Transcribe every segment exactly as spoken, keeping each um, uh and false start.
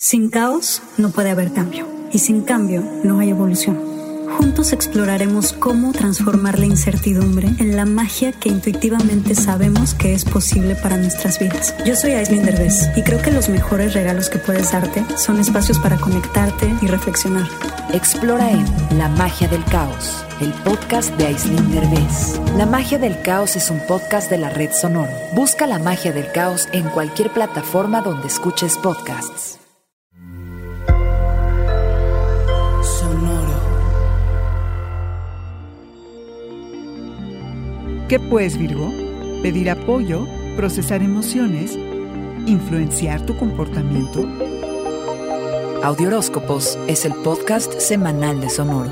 Sin caos no puede haber cambio, y sin cambio no hay evolución. Juntos exploraremos cómo transformar la incertidumbre en la magia que intuitivamente sabemos que es posible para nuestras vidas. Yo soy Aislinn Derbez y creo que los mejores regalos que puedes darte son espacios para conectarte y reflexionar. Explora en La Magia del Caos, el podcast de Aislinn Derbez. La Magia del Caos es un podcast de la Red Sonoro. Busca La Magia del Caos en cualquier plataforma donde escuches podcasts. ¿Qué pues, Virgo? Pedir apoyo, procesar emociones, influenciar tu comportamiento. Audioróscopos es el podcast semanal de Sonoro.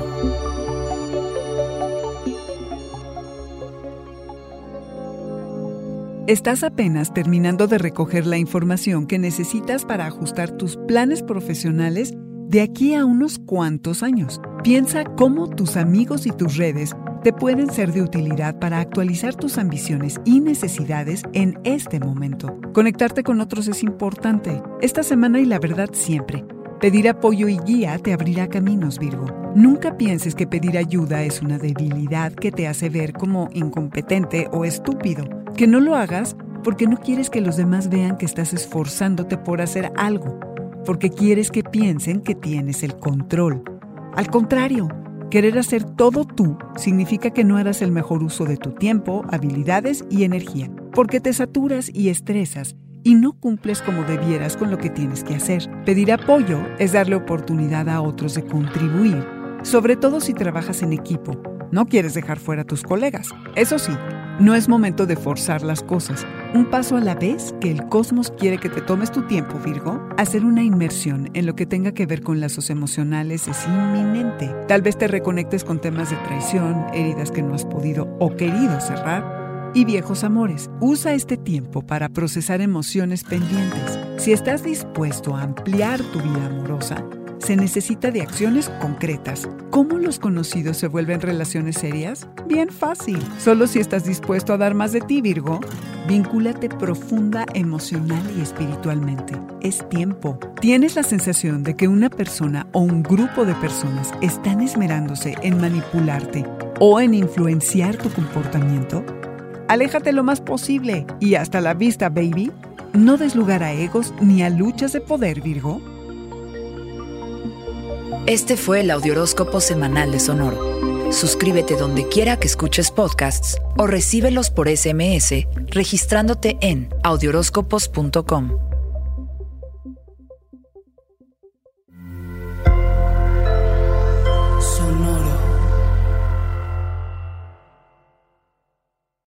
Estás apenas terminando de recoger la información que necesitas para ajustar tus planes profesionales de aquí a unos cuantos años. Piensa cómo tus amigos y tus redes te pueden ser de utilidad para actualizar tus ambiciones y necesidades en este momento. Conectarte con otros es importante. Esta semana y la verdad siempre. Pedir apoyo y guía te abrirá caminos, Virgo. Nunca pienses que pedir ayuda es una debilidad que te hace ver como incompetente o estúpido. Que no lo hagas porque no quieres que los demás vean que estás esforzándote por hacer algo, porque quieres que piensen que tienes el control. Al contrario, querer hacer todo tú significa que no harás el mejor uso de tu tiempo, habilidades y energía, porque te saturas y estresas y no cumples como debieras con lo que tienes que hacer. Pedir apoyo es darle oportunidad a otros de contribuir, sobre todo si trabajas en equipo. No quieres dejar fuera a tus colegas. Eso sí, no es momento de forzar las cosas. Un paso a la vez que el cosmos quiere que te tomes tu tiempo, Virgo. Hacer una inmersión en lo que tenga que ver con lazos emocionales es inminente. Tal vez te reconectes con temas de traición, heridas que no has podido o querido cerrar y viejos amores. Usa este tiempo para procesar emociones pendientes. Si estás dispuesto a ampliar tu vida amorosa, se necesita de acciones concretas. ¿Cómo los conocidos se vuelven relaciones serias? Bien fácil. Solo si estás dispuesto a dar más de ti, Virgo. Vincúlate profunda, emocional y espiritualmente. Es tiempo. ¿Tienes la sensación de que una persona o un grupo de personas están esmerándose en manipularte o en influenciar tu comportamiento? Aléjate lo más posible y hasta la vista, baby. No des lugar a egos ni a luchas de poder, Virgo. Este fue el Audioróscopo semanal de Sonoro. Suscríbete donde quiera que escuches podcasts o recíbelos por ese eme ese registrándote en audioróscopos punto com.